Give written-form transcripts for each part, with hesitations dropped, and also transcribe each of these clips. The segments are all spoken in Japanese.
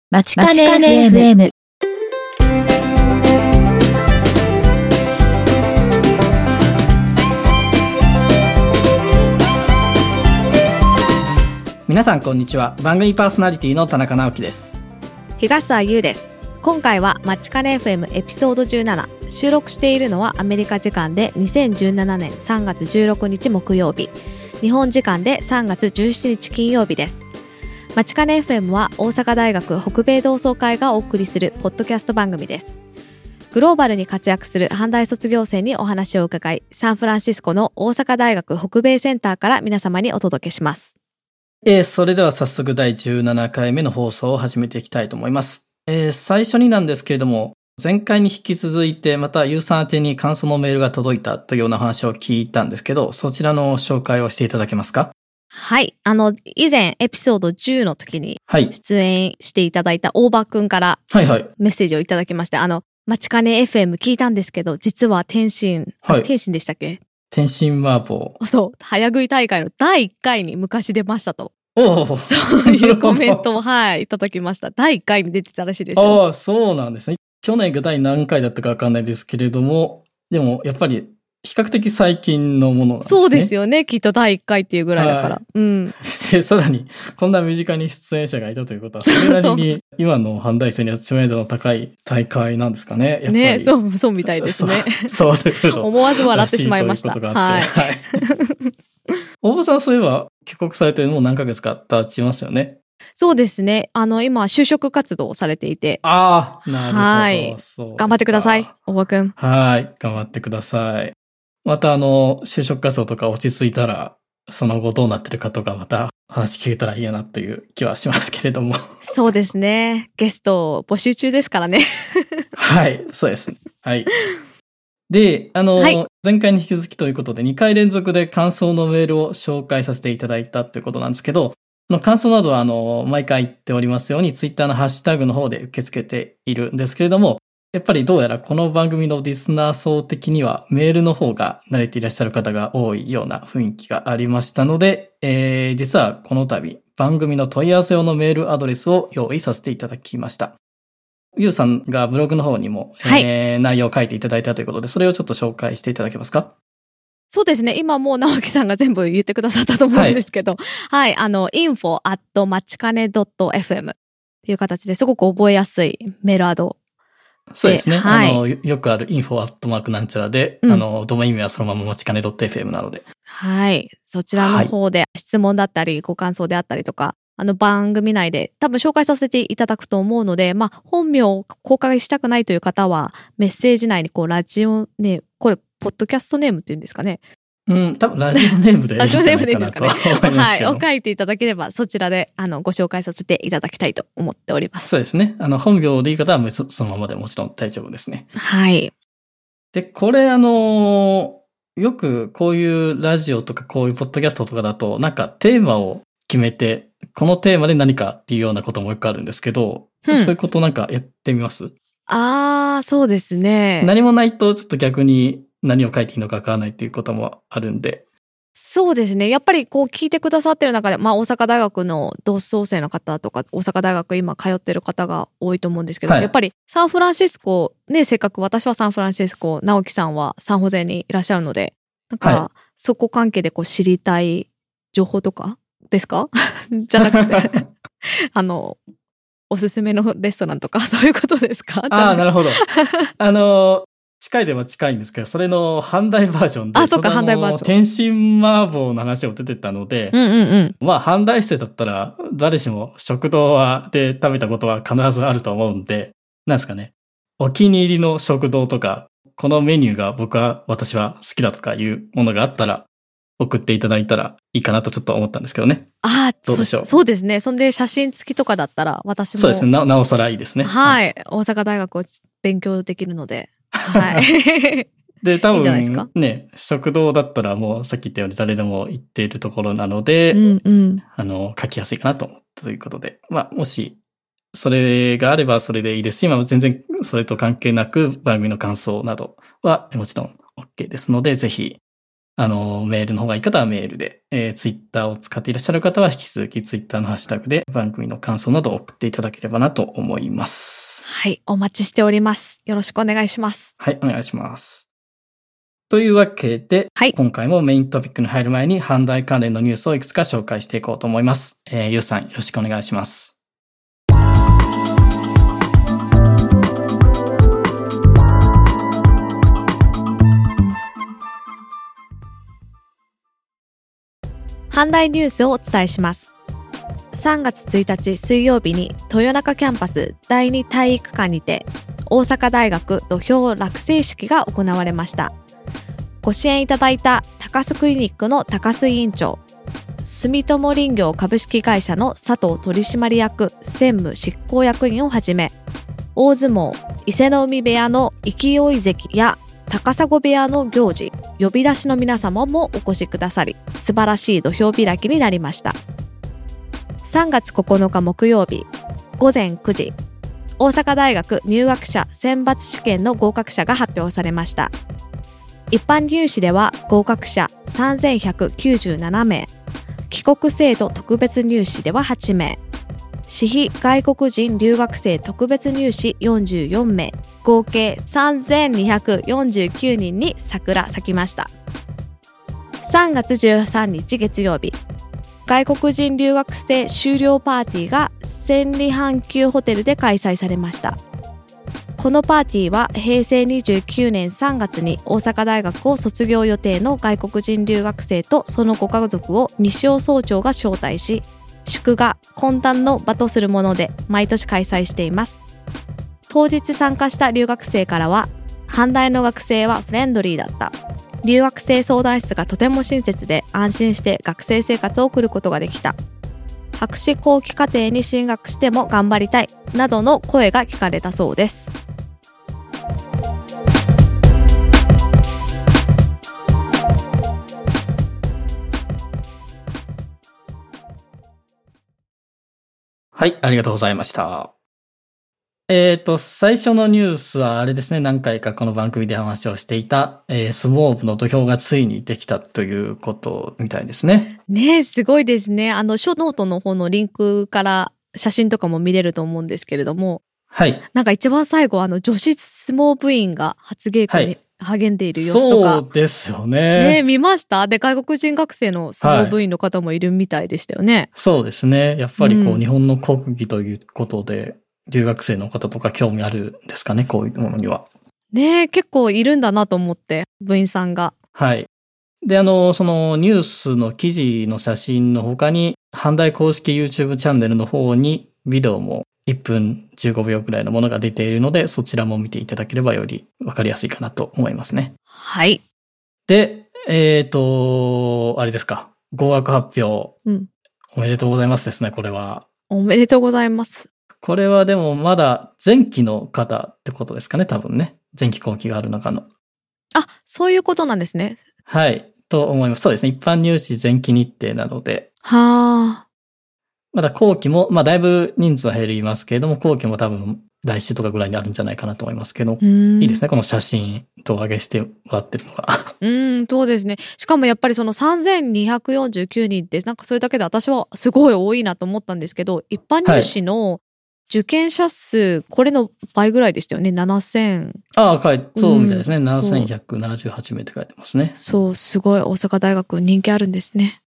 まちかね FM。 皆さんこんにちは。番組パーソナリティの田中直樹です。 東沢優です。今回はまちかね FM エピソード17。収録しているのはアメリカ時間で2017年3月16日木曜日、日本時間で3月17日金曜日です。まちかね FM は大阪大学北米同窓会がお送りするポッドキャスト番組です。グローバルに活躍する阪大卒業生にお話を伺い、サンフランシスコの大阪大学北米センターから皆様にお届けします。 それでは早速第17回目の放送を始めていきたいと思います。最初になんですけれども、前回に引き続いてまたユーさん宛てに感想のメールが届いたというような話を聞いたんですけど、そちらの紹介をしていただけますか？ はい。以前エピソード10の時に出演していただいた大場くんからメッセージをいただきまして、まちかね FM 聞いたんですけど、実は天津でしたっけ？ 天津麻婆。 そう。早食い大会の第1回に昔出ましたと。 そういうコメントを、いただきました。第1回に出てたらしいですよ。 ああ、そうなんですね。去年が第何回だったかわかんないですけれども、でもやっぱり比較的最近のものなんですね。 そうですよね。きっと第1回っていうぐらいだから。うん。 で、さらに、こんな身近に出演者がいたということは、それなりに今の阪大生には知名度の高い大会なんですかね。やっぱりね、そうみたいですね。 そう思わず笑ってしまいました。 はい。大場さん、そういえば帰国されてもう何ヶ月か経ちますよね。 そうですね。今、就職活動をされていて。 ああ、なるほど。はい。 頑張ってください、大場くん。 はい。頑張ってください。また就職活動とか落ち着いたら、その後どうなってるかとかまた話聞けたらいいやなという気はしますけれども。 そうですね。ゲスト募集中ですからね。 はい、そうですね。はい。で、前回に引き続きということで2回連続で感想のメールを紹介させていただいたということなんですけど、感想などは毎回言っておりますようにツイッターのハッシュタグの方で受け付けているんですけれども、やっぱりどうやらこの番組のリスナー層的にはメールの方が慣れていらっしゃる方が多いような雰囲気がありましたので、実はこの度番組の問い合わせ用のメールアドレスを用意させていただきました。ゆうさんがブログの方にも、内容を書いていただいたということで、それをちょっと紹介していただけますか？ そうですね。今もう直樹さんが全部言ってくださったと思うんですけど、info@machikane.fm っていう形ですごく覚えやすいメールアド。 そうですね。よくある info@ なんちゃらで、ドメイン名はそのままmachikane.fm なので。 はい。そちらの方で質問だったり、ご感想であったりとか、番組内で多分紹介させていただくと思うので、本名を公開したくないという方は、メッセージ内にラジオネーム、これ、ポッドキャストネームって言うんですかね。 多分ラジオネームでいいんじゃないかなと思いますけど。 はい。を書いていただければ、そちらで、ご紹介させていただきたいと思っております。 そうですね。本名でいい方はそのままでもちろん大丈夫ですね。 はい。 で、これよくこういうラジオとかこういうポッドキャストとかだと、なんかテーマを決めて、このテーマで何かっていうようなこともよくあるんですけど、そういうことなんかやってみます？ そうですね。 何もないとちょっと逆に何を書いていいのかわからないっていうこともあるんで。 そうですね。やっぱり聞いてくださってる中で、大阪大学の同窓生の方とか、大阪大学今通ってる方が多いと思うんですけど、やっぱりサンフランシスコ、ね、せっかく私はサンフランシスコ、直樹さんはサンホゼにいらっしゃるので、そこ関係で知りたい情報とかですか？じゃなくて、おすすめのレストランとか、そういうことですか？ なるほど。近いでは近いんですけど、それの阪大バージョンで、 阪大バージョン。 天津麻婆の話を出てたので、阪大生だったら、誰しも食堂で食べたことは必ずあると思うんで、なんですかね、お気に入りの食堂とか、このメニューが私は好きだとかいうものがあったら、送っていただいたらいいかなとちょっと思ったんですけどね。どうでしょう。 そうですね。そんで写真付きとかだったら、私も。 そうですね。なおさらいいですね。 はい。大阪大学を勉強できるので。はい。 で、多分ね、食堂だったらもうさっき言ったように誰でも行っているところなので、書きやすいかなと思ったということで、もしそれがあればそれでいいですし、全然それと関係なく番組の感想などはもちろん OK ですので、ぜひメールの方がいい方はメールで、ツイッターを使っていらっしゃる方は引き続きツイッターのハッシュタグで番組の感想などを送っていただければなと思います。 はい、お待ちしております。よろしくお願いします。 はい、お願いします。というわけで、 はい、 今回もメイントピックに入る前に阪大関連のニュースをいくつか紹介していこうと思います。ゆうさん、よろしくお願いします。 阪大ニュースをお伝えします。3月1日水曜日に豊中キャンパス第2体育館にて大阪大学土俵落成式が行われました。ご支援いただいた高須クリニックの高須委員長、住友林業株式会社の佐藤取締役専務執行役員をはじめ、大相撲伊勢の海部屋の勢い関や高砂部屋の行事、呼び出しの皆様もお越しくださり、素晴らしい土俵開きになりました。3月9日木曜日午前9時、大阪大学入学者選抜試験の合格者が発表されました。一般入試では合格者3197名、帰国生徒特別入試では8名、私費外国人留学生特別入試44名、合計3249人に桜咲きました。3月13日月曜日、外国人留学生修了パーティーが千里阪急ホテルで開催されました。このパーティーは平成29年3月に大阪大学を卒業予定の外国人留学生とそのご家族を西尾総長が招待し、祝賀懇談の場とするもので毎年開催しています。当日参加した留学生からは、阪大の学生はフレンドリーだった、留学生相談室がとても親切で安心して学生生活を送ることができた、博士後期課程に進学しても頑張りたいなどの声が聞かれたそうです。 はい、ありがとうございました。最初のニュースはあれですね、何回かこの番組で話をしていた、相撲部の土俵がついにできたということみたいですね。 ねえ、すごいですね。ショノートの方のリンクから写真とかも見れると思うんですけれども、 はい。 なんか一番最後、女子相撲部員が初稽古に励んでいる様子とか。 そうですよね。 ねえ、見ました？で、外国人学生の相撲部員の方もいるみたいでしたよね。 そうですね。やっぱり日本の国技ということで、留学生の方とか興味あるんですかね、こういうものには。 ねえ、結構いるんだなと思って、部員さんが。 はい。で、そのニュースの記事の写真の他に、阪大公式 YouTube チャンネルの方にビデオも1分15秒くらいのものが出ているので、そちらも見ていただければよりわかりやすいかなと思いますね。 はい。 で、あれですか。合格発表。おめでとうございますですね、これは。 おめでとうございます。 これはでもまだ前期の方ってことですかね、多分ね。前期後期がある中の。 あ、そういうことなんですね。 はい。と思います。そうですね。一般入試前期日程なので。 はあ。 まだ後期も、だいぶ人数は減りますけれども、後期も多分来週とかぐらいにあるんじゃないかなと思いますけど、いいですね。この写真と上げしてもらってるのが。 そうですね。しかもやっぱりその3249人ってなんかそれだけで私はすごい多いなと思ったんですけど、一般入試の受験者数、これの倍ぐらいでしたよね。7000。 そうみたいですね。7178名って書いてますね。 そう、すごい大阪大学人気あるんですね。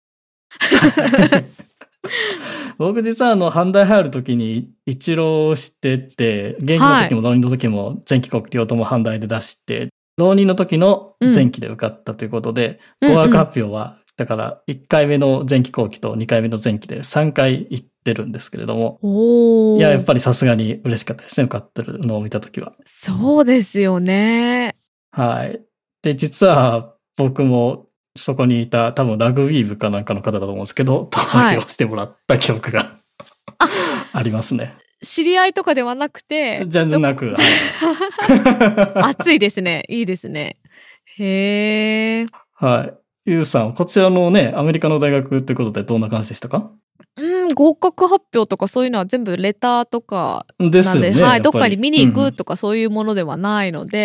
僕実は阪大入るときに一浪してて、現役の時も浪人の時も前期後期両方とも阪大で出して、浪人の時の前期で受かったということで、合格発表は、だから1回目の前期後期と2回目の前期で3回行ってるんですけれども、やっぱりさすがに嬉しかったですね、受かってるのを見た時は。 そうですよね。 はい。で、実は僕もそこにいた多分ラグビー部かなんかの方だと思うんですけど、投票してもらった記憶が、ありますね。 知り合いとかではなくて。 全然なく。 熱いですね。いいですね。へー。 はい。ゆうさん、こちらのね、アメリカの大学ということでどんな感じでしたか？ 合格発表とかそういうのは全部レターとかですよね。 はい、どっかに見に行くとかそういうものではないので、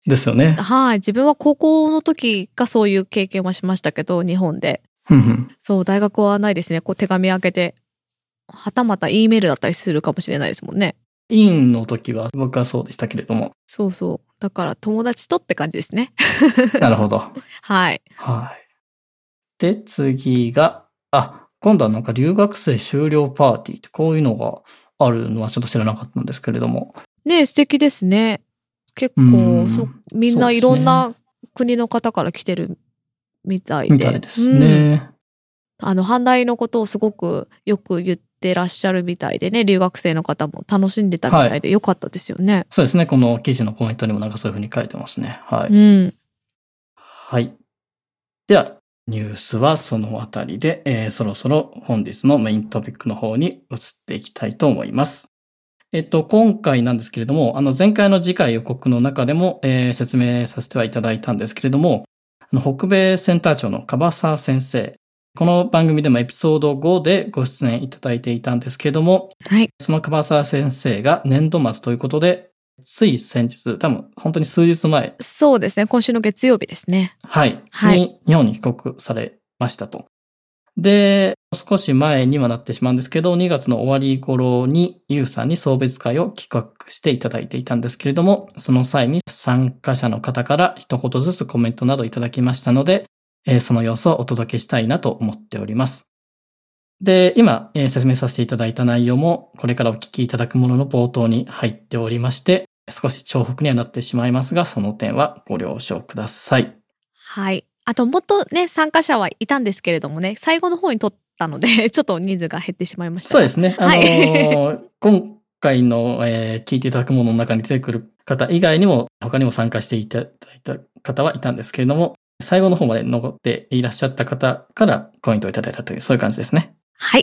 ですよね。 はい。自分は高校の時がそういう経験はしましたけど、日本で。そう、大学はないですね。こう手紙開けて、はたまた E メールだったりするかもしれないですもんね。 院の時は僕はそうでしたけれども。 そうそう。だから友達とって感じですね。 なるほど。 はい。 はい。で、次が、今度はなんか留学生修了パーティーってこういうのがあるのはちょっと知らなかったんですけれども。 ね、素敵ですね。結構、みんないろんな国の方から来てるみたいで。 みたいですね。 阪大のことをすごくよく言ってらっしゃるみたいでね、留学生の方も楽しんでたみたいでよかったですよね。はい、 そうですね。この記事のコメントにもなんかそういうふうに書いてますね。はい。はい。では、ニュースはそのあたりで、そろそろ本日のメイントピックの方に移っていきたいと思います。今回なんですけれども、前回の次回予告の中でも、説明させてはいただいたんですけれども、北米センター長の樺沢先生、この番組でもエピソード5でご出演いただいていたんですけれども、 はい、その樺沢先生が年度末ということで、つい先日、多分本当に数日前。 そうですね、今週の月曜日ですね。 はい。に日本に帰国されましたと。で、少し前にはなってしまうんですけど、2月の終わり頃にユウさんに送別会を企画していただいていたんですけれども、その際に参加者の方から一言ずつコメントなどいただきましたので、その様子をお届けしたいなと思っております。で、今、説明させていただいた内容も、これからお聞きいただくものの冒頭に入っておりまして、少し重複にはなってしまいますが、その点はご了承ください。 はい。あともっとね、参加者はいたんですけれどもね、最後の方に取ったので、ちょっと人数が減ってしまいました。 そうですね。今回の、聞いていただくものの中に出てくる方以外にも、他にも参加していただいた方はいたんですけれども、最後の方まで残っていらっしゃった方からコメントをいただいたという、そういう感じですね。 はい。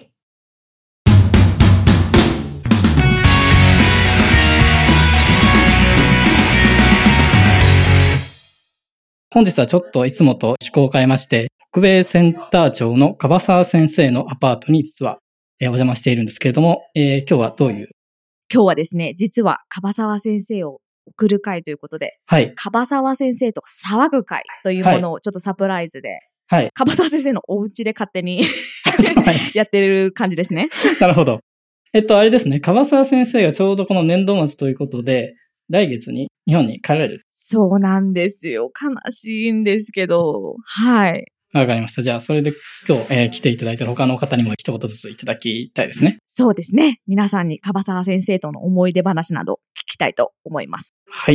本日はちょっといつもと趣向を変えまして、北米センター長の樺沢先生のアパートに実はお邪魔しているんですけれども、今日はどういう？ 今日はですね、実は樺沢先生を送る会ということで、 はい。 樺沢先生と騒ぐ会というものをちょっとサプライズで、はい。樺沢先生のお家で勝手にやってる感じですね。 なるほど。あれですね、樺沢先生がちょうどこの年度末ということで、来月に日本に帰られる。 そうなんですよ。悲しいんですけど、はい。 わかりました。じゃあ、それで今日、来ていただいた他の方にも一言ずついただきたいですね。 そうですね。皆さんに樺沢先生との思い出話など聞きたいと思います。 はい。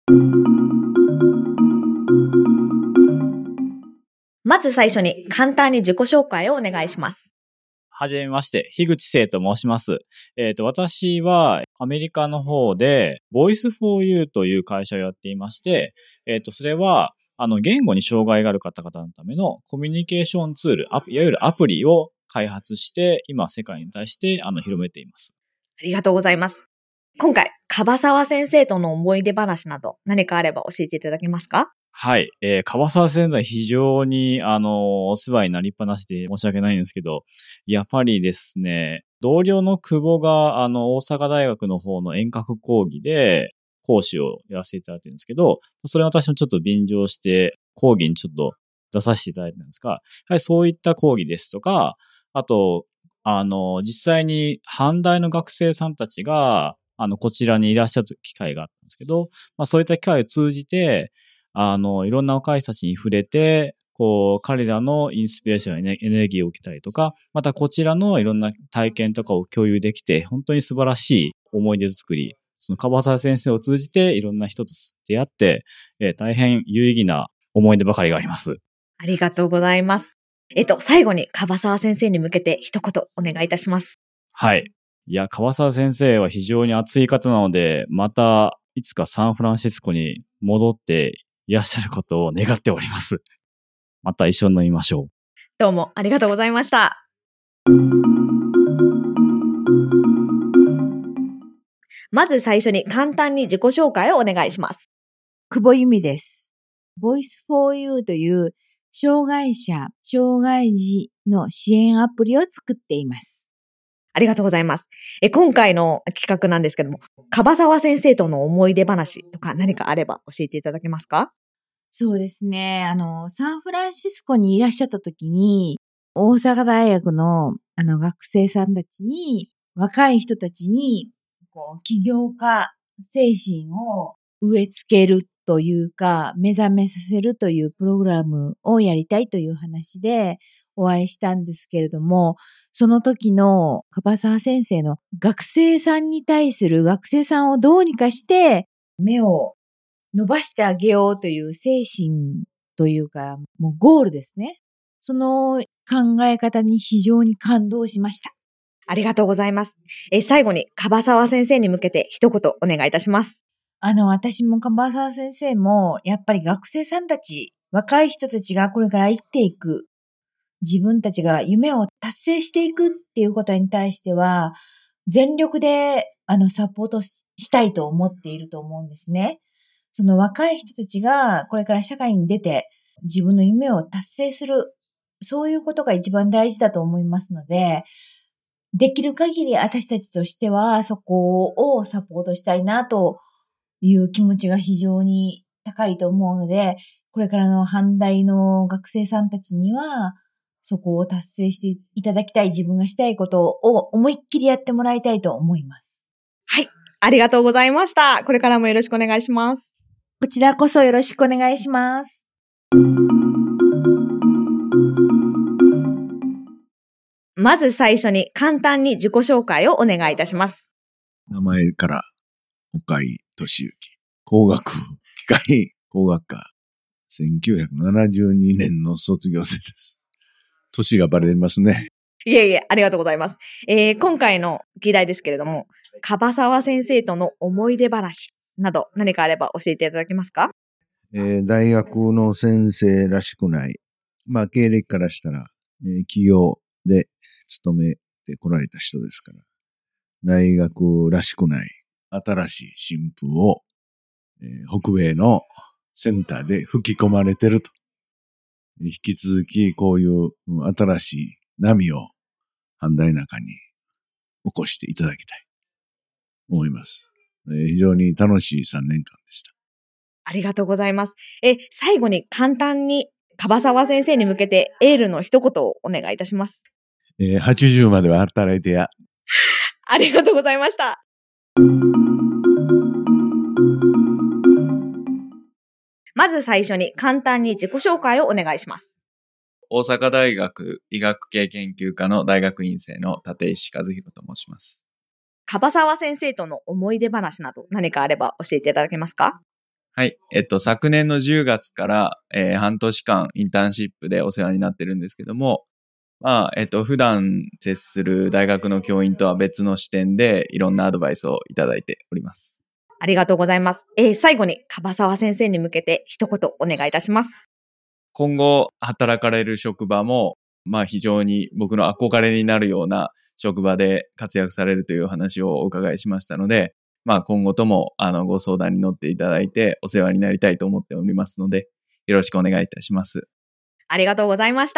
まず最初に簡単に自己紹介をお願いします。 はじめまして、樋口聖と申します。私はアメリカの方で Voice for You という会社をやっていまして、それは言語に障害がある方々のためのコミュニケーションツール、いわゆるアプリを開発して、今世界に対して広めています。 ありがとうございます。今回、樺沢先生との思い出話など何かあれば教えていただけますか？ はい。樺沢先生非常にお世話になりっぱなしで申し訳ないんですけど、やっぱりですね、同僚の久保が大阪大学の方の遠隔講義で講師をやらせていただいてるんですけど、それ私もちょっと便乗して講義にちょっと出させていただいたんですが、やはりそういった講義ですとか、あと、実際に阪大の学生さんたちがこちらにいらっしゃる機会があったんですけど、そういった機会を通じて、いろんな若い人たちに触れて、彼らのインスピレーション、エネルギーを受けたりとか、またこちらのいろんな体験とかを共有できて、本当に素晴らしい思い出作り、その樺沢先生を通じていろんな人と出会って、大変有意義な思い出ばかりがあります。 ありがとうございます。最後に樺沢先生に向けて一言お願いいたします。 はい。いや、樺沢先生は非常に熱い方なので、またいつかサンフランシスコに戻っていらっしゃることを願っております。また一緒に飲みましょう。 どうもありがとうございました。まず最初に簡単に自己紹介をお願いします。 久保由美です。Voice for You という障害者、障害児の支援アプリを作っています。 ありがとうございます。今回の企画なんですけども、樺沢先生との思い出話とか何かあれば教えていただけますか？ そうですね。サンフランシスコにいらっしゃった時に、大阪大学の、学生さんたちに、若い人たちに、起業家精神を植え付けるというか、目覚めさせるというプログラムをやりたいという話でお会いしたんですけれども、その時の樺沢先生の学生さんに対する学生さんをどうにかして目を伸ばしてあげようという精神というか、もうゴールですね。その考え方に非常に感動しました。 ありがとうございます。最後に樺沢先生に向けて一言お願いいたします。 私も樺沢先生も、やっぱり学生さんたち、若い人たちがこれから生きていく、自分たちが夢を達成していくっていうことに対しては、全力で、サポートしたいと思っていると思うんですね。その若い人たちがこれから社会に出て自分の夢を達成する、そういうことが一番大事だと思いますので、できる限り私たちとしてはそこをサポートしたいなという気持ちが非常に高いと思うので、これからの阪大の学生さんたちにはそこを達成していただきたい、自分がしたいことを思いっきりやってもらいたいと思います。 はい、ありがとうございました。これからもよろしくお願いします。 こちらこそよろしくお願いします。 まず最初に簡単に自己紹介をお願いいたします。 名前から岡井俊之、工学部機械工学科、1972年の卒業生です。年がバレますね。 いえいえ、ありがとうございます。今回の議題ですけれども、樺沢先生との思い出話など何かあれば教えていただけますか？ 大学の先生らしくない。経歴からしたら、企業で勤めてこられた人ですから、大学らしくない新しい新風を、北米のセンターで吹き込まれてると。引き続きこういう新しい波を阪大中に起こしていただきたいと思います。非常に楽しい3年間でした。 ありがとうございます。最後に簡単に樺沢先生に向けてエールの一言をお願いいたします。 80までは働いてや。 ありがとうございました。まず最初に簡単に自己紹介をお願いします。 大阪大学医学系研究科の大学院生の立石和弘と申します。 樺沢先生との思い出話など何かあれば教えていただけますか？ はい。昨年の10月から、半年間インターンシップでお世話になってるんですけども、普段接する大学の教員とは別の視点でいろんなアドバイスをいただいております。 ありがとうございます。最後に樺沢先生に向けて一言お願いいたします。 今後働かれる職場も、非常に僕の憧れになるような職場で活躍されるという話をお伺いしましたので、今後ともご相談に乗っていただいてお世話になりたいと思っておりますので、よろしくお願いいたします。 ありがとうございました。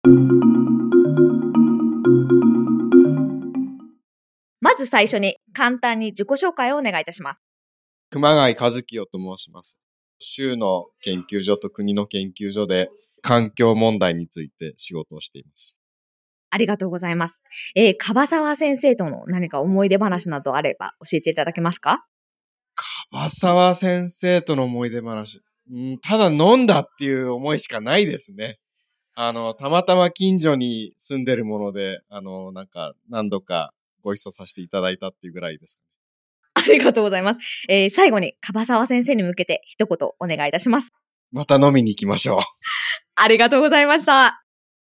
まず最初に簡単に自己紹介をお願いいたします。 熊谷和清と申します。州の研究所と国の研究所で環境問題について仕事をしています。 ありがとうございます。樺沢先生との何か思い出話などあれば教えていただけますか？ 樺沢先生との思い出話。ただ飲んだっていう思いしかないですね。たまたま近所に住んでるもので、何度かご一緒させていただいたっていうぐらいです。 ありがとうございます。最後に樺沢先生に向けて一言お願いいたします。 また飲みに行きましょう。 ありがとうございました。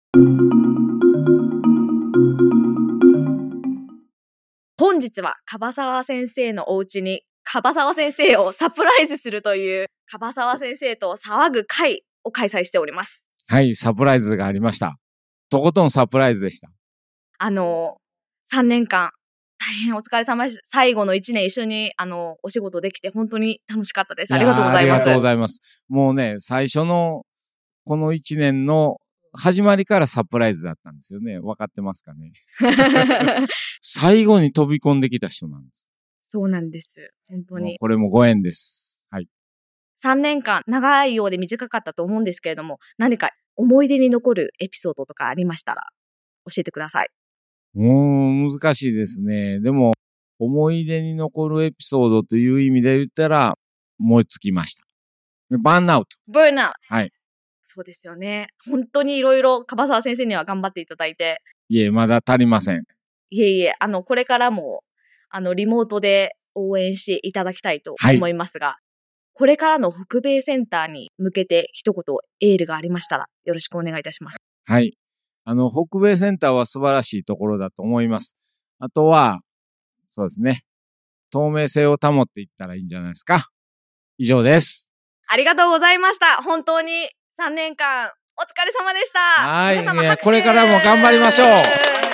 本日は樺沢先生のお家に樺沢先生をサプライズするという樺沢先生と騒ぐ会を開催しております。 はい、サプライズがありました。とことんサプライズでした。 3年間大変お疲れ様です。最後の1年一緒にお仕事できて本当に楽しかったです。ありがとうございます。 ありがとうございます。もうね、最初のこの1年の始まりからサプライズだったんですよね。分かってますかね。最後に飛び込んできた人なんです。 そうなんです。本当に。 これもご縁です。はい。 3年間、長いようで短かったと思うんですけれども、何か思い出に残るエピソードとかありましたら、教えてください。 難しいですね。でも、思い出に残るエピソードという意味で言ったら、思いつきました。バーンアウト。 バーンアウト。 はい。 そうですよね。本当にいろいろ樺沢先生には頑張っていただいて。 いえ、まだ足りません。 いえいえ、これからも、リモートで応援していただきたいと思いますが、はい、これからの北米センターに向けて一言エールがありましたら、よろしくお願いいたします。 はい。北米センターは素晴らしいところだと思います。あとは、そうですね。透明性を保っていったらいいんじゃないですか。以上です。 ありがとうございました。本当に3年間お疲れ様でした。 はい。 皆様拍手。 これからも頑張りましょう。 あ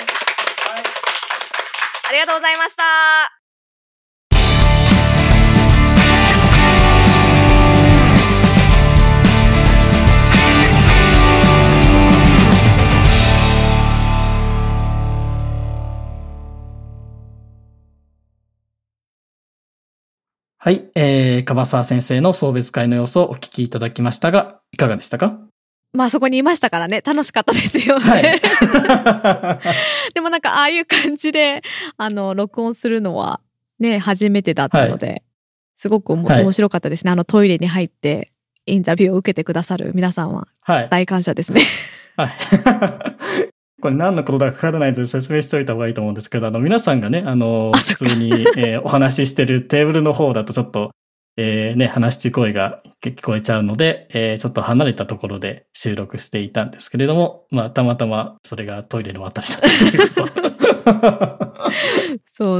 りがとうございました。 はい、樺沢先生の送別会の様子をお聞きいただきましたが、いかがでしたか？ まあそこにいましたからね、楽しかったですよね。はい、でもなんかああいう感じで録音するのはね初めてだったので、はい、すごく面白かったですね。トイレに入ってインタビューを受けてくださる皆さんは大感謝ですね。はい。 これ何のことだか分からないので説明しておいた方がいいと思うんですけど、皆さんがね、普通に、お話ししてるテーブルの方だとちょっと、話してる声が聞こえちゃうので、ちょっと離れたところで収録していたんですけれども、まあ、たまたまそれがトイレのあたりだったということ。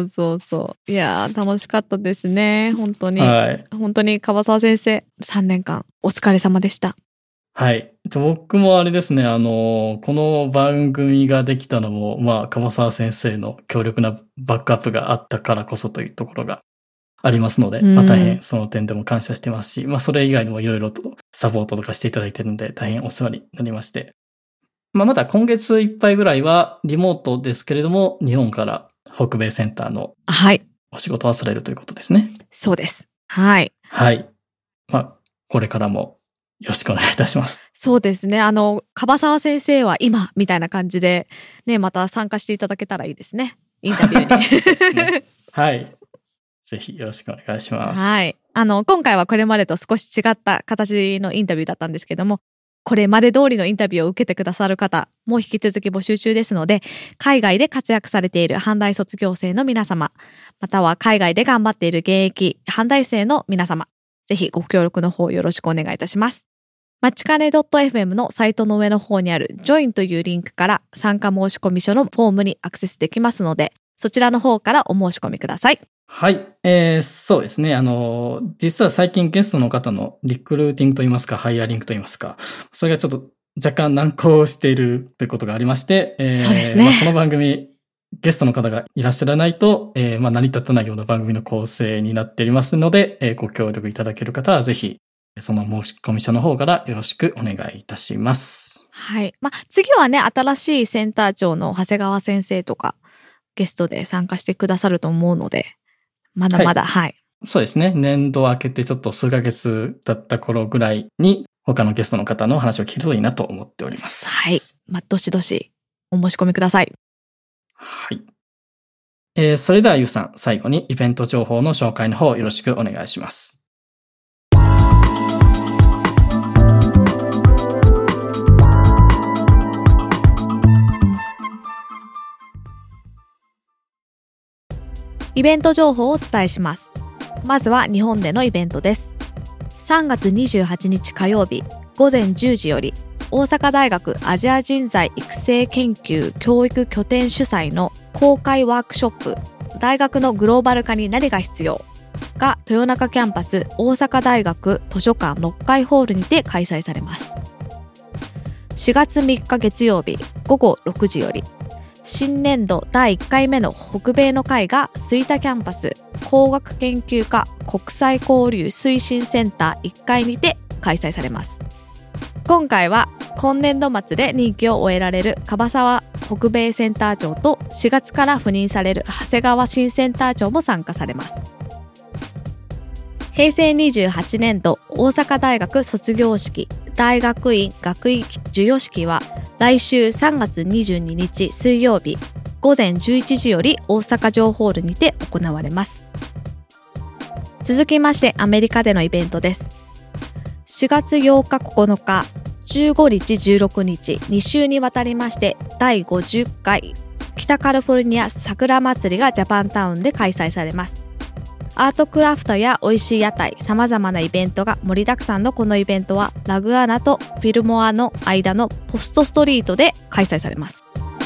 そう。いやー、楽しかったですね。本当に。はい。本当に樺沢先生、3年間お疲れ様でした。 はい。僕もあれですね、この番組ができたのも、まあ、樺沢先生の強力なバックアップがあったからこそというところがありますので、まあ、大変その点でも感謝してますし、まあ、それ以外にもいろいろとサポートとかしていただいているので、大変お世話になりまして。まあ、まだ今月いっぱいぐらいはリモートですけれども、日本から北米センターのお仕事はされるということですね。 そうです。はい。 はい。まあ、これからもよろしくお願いいたします。 そうですね。樺沢先生は今みたいな感じで、ね、また参加していただけたらいいですね。インタビューに。そうですね。 はい。ぜひよろしくお願いします。 はい。今回はこれまでと少し違った形のインタビューだったんですけども、これまで通りのインタビューを受けてくださる方も引き続き募集中ですので、海外で活躍されている阪大卒業生の皆様、または海外で頑張っている現役阪大生の皆様、ぜひご協力の方よろしくお願いいたします。まちかね .fm のサイトの上の方にある Join というリンクから参加申込書のフォームにアクセスできますので、そちらの方からお申し込みください。 はい。そうですね。実は最近ゲストの方のリクルーティングといいますか、ハイアリングといいますか、それがちょっと若干難航しているということがありまして、 そうですね。 まあ、この番組、ゲストの方がいらっしゃらないと、まあ、成り立たないような番組の構成になっておりますので、ご協力いただける方はぜひ、その申込書の方からよろしくお願いいたします。 はい。まあ、次はね、新しいセンター長の長谷川先生とか、ゲストで参加してくださると思うので、まだまだ、はい。 そうですね。年度明けてちょっと数ヶ月だった頃ぐらいに、他のゲストの方の話を聞けるといいなと思っております。 はい。まあ、どしどしお申し込みください。 はい。それではゆうさん、最後にイベント情報の紹介の方よろしくお願いします。 イベント情報をお伝えします。まずは日本でのイベントです。3月28日火曜日午前10時より大阪大学アジア人材育成研究教育拠点主催の公開ワークショップ大学のグローバル化に何が必要が豊中キャンパス大阪大学図書館6階ホールにて開催されます。4月3日月曜日午後6時より新年度第1回目の北米の会が吹田キャンパス工学研究科国際交流推進センター1階にて開催されます。今回は今年度末で任期を終えられる樺沢北米センター長と4月から赴任される長谷川新センター長も参加されます。平成28年度大阪大学卒業式大学院学位授与式は来週3月22日水曜日午前11時より大阪城ホールにて行われます。続きましてアメリカでのイベントです。4月8日9日15日16日2週にわたりまして第50回北カリフォルニア桜祭りがジャパンタウンで開催されます。アートクラフトや美味しい屋台、様々なイベントが盛りだくさんのこのイベントはラグアーナとフィルモアの間のポストストリートで開催されます。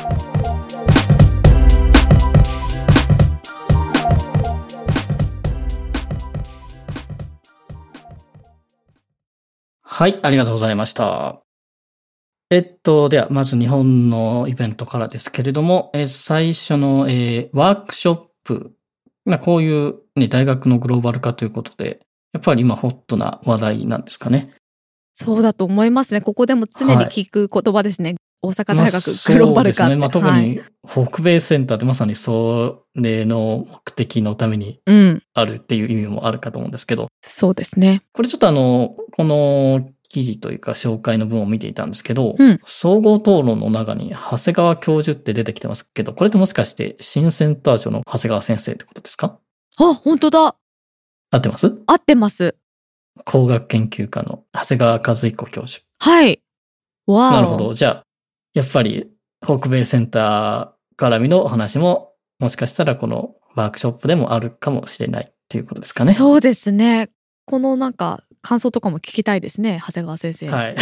はい、ありがとうございました。では、まず日本のイベントからですけれども、最初の、ワークショップ。こういう、ね、大学のグローバル化ということで、やっぱり今ホットな話題なんですかね。 そうだと思いますね。ここでも常に聞く言葉ですね。大阪大学グローバル化って。 そうですね。特に北米センターってまさにそれの目的のためにあるっていう意味もあるかと思うんですけど。 そうですね。 これちょっとこの記事というか紹介の文を見ていたんですけど、総合討論の中に長谷川教授って出てきてますけど、これってもしかして新センター長の長谷川先生ってことですか？ あ、本当だ。 合ってます？ 合ってます。 工学研究科の長谷川和彦教授。 はい。わー。 なるほど。じゃあ、やっぱり北米センター絡みの話も、もしかしたらこのワークショップでもあるかもしれないっていうことですかね。 そうですね。この感想とかも聞きたいですね、長谷川先生。 はい。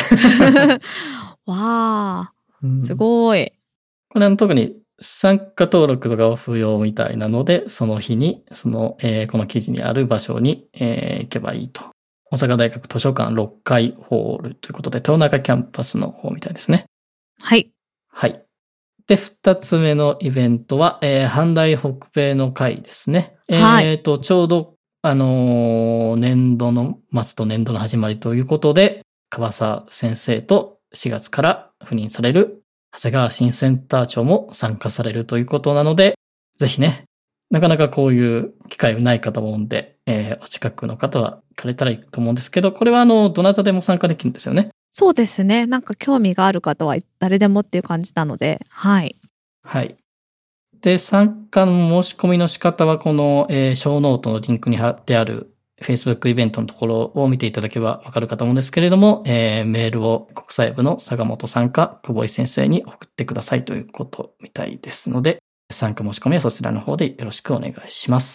わー、すごい。 これ特に参加登録とかは不要みたいなので、その日に、この記事にある場所に、行けばいいと。大阪大学図書館6階ホールということで、豊中キャンパスの方みたいですね。 はい。 はい。で、2つ目のイベントは、阪大北米の会ですね。 はい。 ちょうど年度の末と年度の始まりということで、樺沢先生と4月から赴任される長谷川新センター長も参加されるということなので、ぜひね、なかなかこういう機会ないかと思うんで、お近くの方は行かれたらいいと思うんですけど、これはどなたでも参加できるんですよね。 そうですね。興味がある方は誰でもっていう感じなので、はい。 はい。で、参加の申し込みの仕方はこの、ショーノートのリンクに貼ってある Facebook イベントのところを見ていただけばわかるかと思うんですけれども、メールを国際部の坂本さんか久保井先生に送ってくださいということみたいですので、参加申し込みはそちらの方でよろしくお願いします。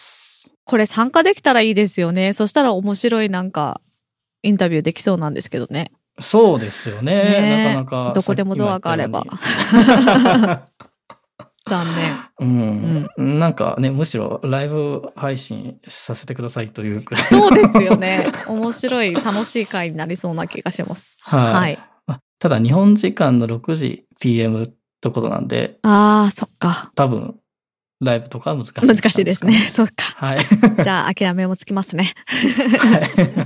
これ参加できたらいいですよね。そしたら面白いインタビューできそうなんですけどね。 そうですよね。なかなか。 どこでもドアがあれば。残念。むしろライブ配信させてくださいというくらい。 そうですよね。面白い、楽しい回になりそうな気がします。はい。 ただ日本時間の6時 PM ってことなんで。 ああ、そっか。 多分、ライブとかは難しい。 難しいですね。そっか。 はい。 じゃあ、諦めもつきますね。 はい。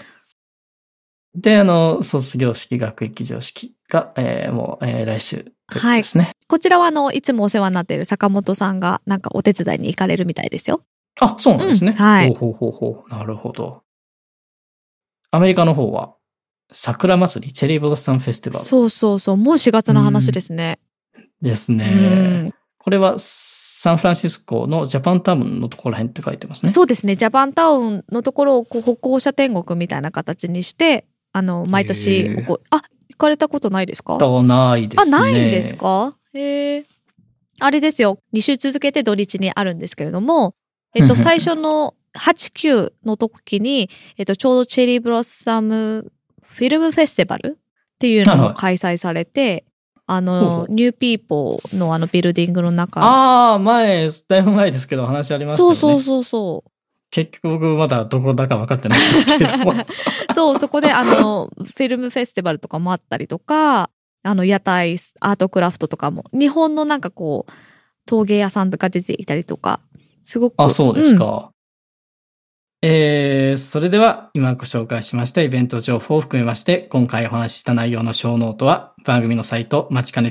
で、卒業式、学位記上式が、もう、来週ということですね。 はい。こちらはいつもお世話になっている坂本さんがお手伝いに行かれるみたいですよ。 あ、そうなんですね。 はい。 ほう。なるほど。アメリカの方は、桜祭り、チェリーブロッサムフェスティバル。 そう。もう4月の話ですね。 ですね。これは、サンフランシスコのジャパンタウンのところら辺って書いてますね。 そうですね。ジャパンタウンのところを歩行者天国みたいな形にして、毎年行かれたことないですか？ ないですね。 ないんですか？あれですよ。2週続けて土日にあるんですけれども、最初の8、9の時に、ちょうどチェリーブロッサムフィルムフェスティバルっていうのを開催されて、ニューピーポーのビルディングの中。 だいぶ前ですけど話ありましたよね。 そう。 結局僕まだどこだか分かってないんですけども。 そう、そこでフィルムフェスティバルとかもあったりとか、屋台、アートクラフトとかも、日本の陶芸屋さんとか出ていたりとか、すごく。 そうですか。 それでは今ご紹介しましたイベント情報を含めまして、今回お話しした内容の小ノートは番組のサイトまちかね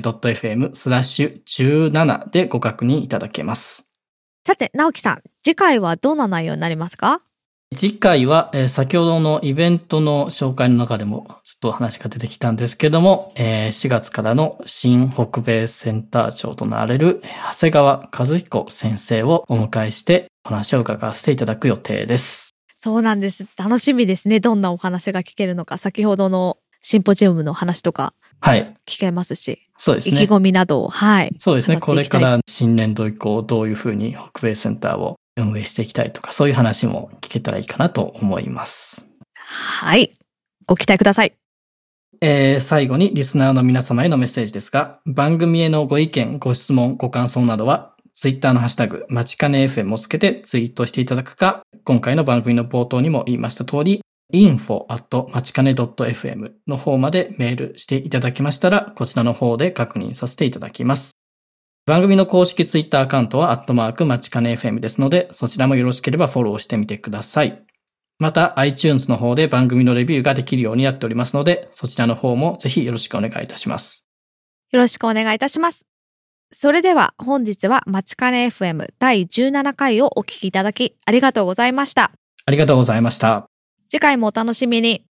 .fm/17 でご確認いただけます。 さて、直樹さん、次回はどんな内容になりますか？ 次回は、先ほどのイベントの紹介の中でもちょっと話が出てきたんですけども、4月からの新北米センター長となられる長谷川和彦先生をお迎えしてお話を伺わせていただく予定です。 そうなんです。楽しみですね。どんなお話が聞けるのか、先ほどのシンポジウムの話とか聞けますし、 そうですね。 意気込みなどを、 そうですね。これから新年度以降どういうふうに北米センターを運営していきたいとか、そういう話も聞けたらいいかなと思います。 はい。ご期待ください。 最後にリスナーの皆様へのメッセージですが、番組へのご意見、ご質問、ご感想などは、ツイッターのハッシュタグ、まちかね FM をつけてツイートしていただくか、今回の番組の冒頭にも言いました通り、info@machikane.fm の方までメールしていただきましたら、こちらの方で確認させていただきます。番組の公式ツイッターアカウントはまちかね FM ですので、そちらもよろしければフォローしてみてください。また iTunes の方で番組のレビューができるようになっておりますので、そちらの方もぜひよろしくお願いいたします。 よろしくお願いいたします。それでは本日はまちかね FM 第17回をお聞きいただきありがとうございました。 ありがとうございました。 次回もお楽しみに。